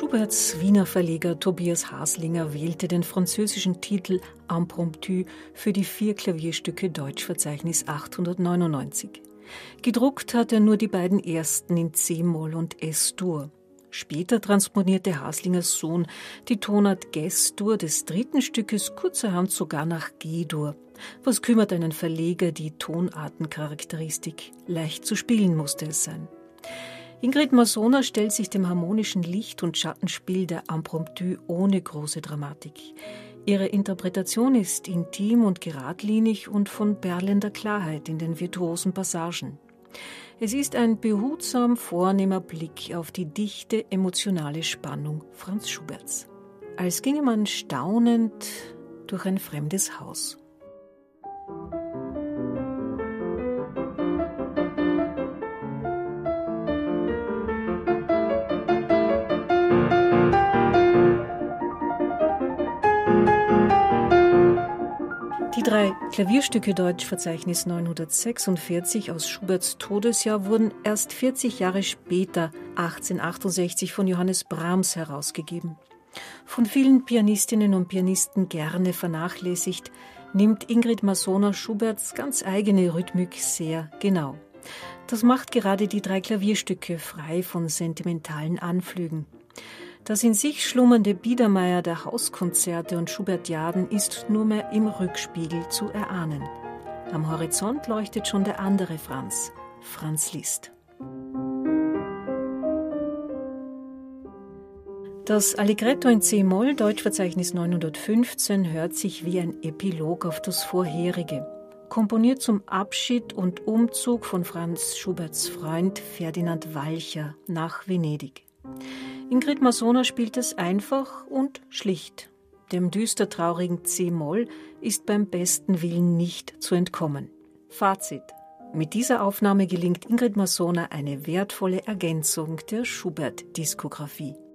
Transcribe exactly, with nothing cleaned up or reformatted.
Schuberts Wiener Verleger Tobias Haslinger wählte den französischen Titel Impromptu für die vier Klavierstücke Deutschverzeichnis achthundertneunundneunzig. Gedruckt hat er nur die beiden ersten in C-Moll und S-Dur. Später transponierte Haslingers Sohn die Tonart Ges-Dur des dritten Stückes kurzerhand sogar nach G-Dur. Was kümmert einen Verleger die Tonartencharakteristik? Leicht zu spielen musste es sein. Ingrid Masona stellt sich dem harmonischen Licht- und Schattenspiel der Impromptu ohne große Dramatik. Ihre Interpretation ist intim und geradlinig und von perlender Klarheit in den virtuosen Passagen. Es ist ein behutsam vornehmer Blick auf die dichte, emotionale Spannung Franz Schuberts. Als ginge man staunend durch ein fremdes Haus. Die drei Klavierstücke Deutschverzeichnis neunhundertsechsundvierzig aus Schuberts Todesjahr wurden erst vierzig Jahre später, achtzehnhundertachtundsechzig, von Johannes Brahms herausgegeben. Von vielen Pianistinnen und Pianisten gerne vernachlässigt, nimmt Ingrid Masona Schuberts ganz eigene Rhythmik sehr genau. Das macht gerade die drei Klavierstücke frei von sentimentalen Anflügen. Das in sich schlummernde Biedermeier der Hauskonzerte und Schubertiaden ist nur mehr im Rückspiegel zu erahnen. Am Horizont leuchtet schon der andere Franz, Franz Liszt. Das Allegretto in C-Moll, Deutschverzeichnis neunhundertfünfzehn, hört sich wie ein Epilog auf das vorherige. Komponiert zum Abschied und Umzug von Franz Schuberts Freund Ferdinand Walcher nach Venedig. Ingrid Masona spielt es einfach und schlicht. Dem düster traurigen C-Moll ist beim besten Willen nicht zu entkommen. Fazit: Mit dieser Aufnahme gelingt Ingrid Masona eine wertvolle Ergänzung der Schubert-Diskografie.